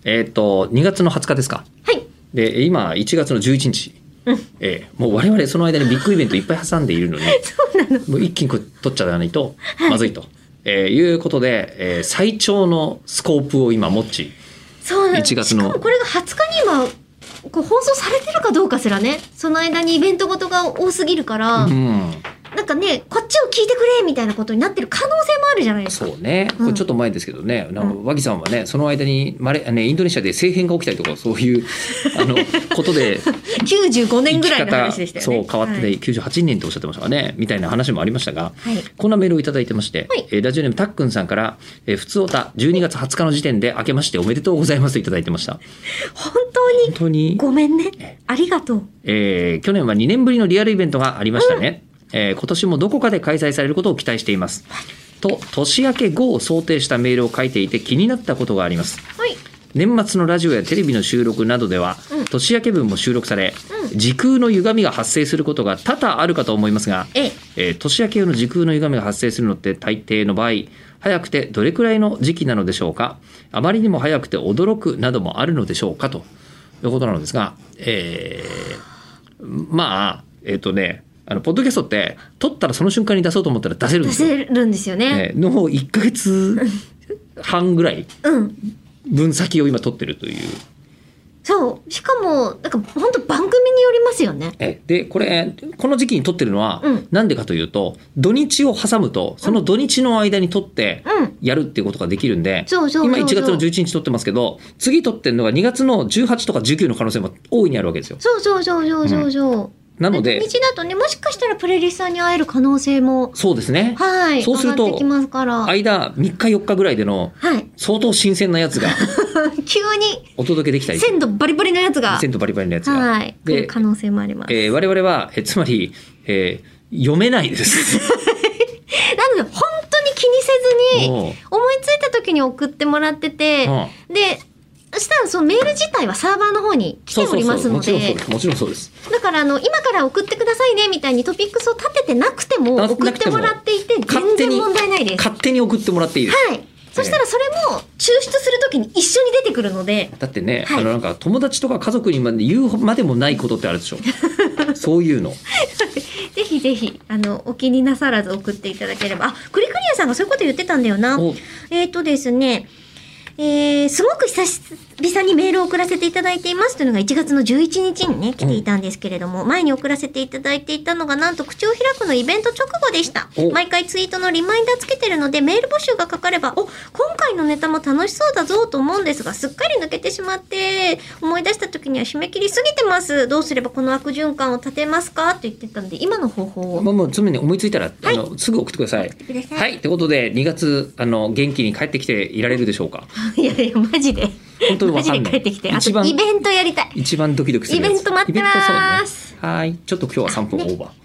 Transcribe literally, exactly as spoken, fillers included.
えっとにがつのはつかですか。 はいで今いちがつのじゅういちにち、うんえー、もう我々その間にビッグイベントいっぱい挟んでいるのにそうなの。 もう一気にこれ取っちゃわないとまずいと、はいえー、いうことで、えー、最長のスコープを今持ち、 そうなんいちがつのしかもこれがはつかに今こう放送されてるかどうかすらね、その間にイベントごとが多すぎるから、 うんなんかねこっちを聞いてくれみたいなことになってる可能性もあるじゃないですか。 そうね、これちょっと前ですけどね、うん、なんか和木さんはねその間にマレ、ね、インドネシアで政変が起きたりとかそういうあのことできゅうじゅうごねんぐらいの話でしたよね。 そう変わって、はい、きゅうじゅうはちねんっておっしゃってましたからねみたいな話もありましたが、 はい、 こんなメールをいただいてまして、 はいえー、ラジオネームたっくんさんから「えー、ふつおたじゅうにがつはつかの時点で明けましておめでとうございます」といただいてました。 本当に本当にごめんね、ありがとう。 えー、去年はにねんぶりのリアルイベントがありましたね、うんえー、今年もどこかで開催されることを期待しています、はい、と年明け後を想定したメールを書いていて気になったことがあります、はい、年末のラジオやテレビの収録などでは、うん、年明け分も収録され、うん、時空の歪みが発生することが多々あるかと思いますが、ええー、年明け用の時空の歪みが発生するのって大抵の場合早くてどれくらいの時期なのでしょうか。あまりにも早くて驚くなどもあるのでしょうかということなのですが、えー、まあえっ、ー、とねあのポッドキャストって撮ったらその瞬間に出そうと思ったら出せるんですよ。 出せるんですよね。 ねのいっかげつはんぐらい分先を今撮ってるという。 そうしかもなんか本当番組によりますよね。 えでこれこの時期に撮ってるのはなんでかというと、うん、土日を挟むとその土日の間に撮ってやるっていうことができるんで、うん、今いちがつのじゅういちにち撮ってますけど次撮ってるのがにがつのじゅうはちとかじゅうくの可能性も大いにあるわけですよ。 そうそうそうそうそうそう、うんなので土日だとねもしかしたらプレリスさんに会える可能性もそうですね、 はい、 そうすると上がってきますから間みっかよっかぐらいでの相当新鮮なやつが急にお届けできたり鮮度バリバリのやつが鮮度バリバリのやつが、 はい、来る可能性もあります、 えー、我々はえつまり、えー、読めないですなので本当に気にせずに思いついた時に送ってもらっててでそしたらそのメール自体はサーバーの方に来ておりますので、 もちろんそうです。 だからあの今から送ってくださいねみたいにトピックスを立ててなくても送ってもらっていて全然問題ないです。 勝手に送ってもらっていいです。 はい。そしたらそれも抽出するときに一緒に出てくるので。 だってね、はい、あのなんか友達とか家族にまで言うまでもないことってあるでしょ。そういうの。 ぜひぜひあのお気になさらず送っていただければ。あ、クリクリアさんがそういうこと言ってたんだよな。えっとですね。えー、すごく久しぶりにメールを送らせていただいていますというのがいちがつのじゅういちにちにね来ていたんですけれども、うん、前に送らせていただいていたのがなんと口を開くのイベント直後でした。毎回ツイートのリマインダーつけてるのでメール募集がかかればお今回のネタも楽しそうだぞと思うんですがすっかり抜けてしまって思い出した時には締め切りすぎてます。どうすればこの悪循環を立てますかと言ってたんで今の方法を、 まあ、もう常に思いついたら、はい、あのすぐ送ってください。 ください。 はいということでにがつあの元気に帰ってきていられるでしょうか。 いやいやマジで本当に分かんない。 マジで帰ってきてあとイベントやりたい。 一番ドキドキするやつ。 イベント待ってます。 はいちょっと今日はさんぷんオーバー。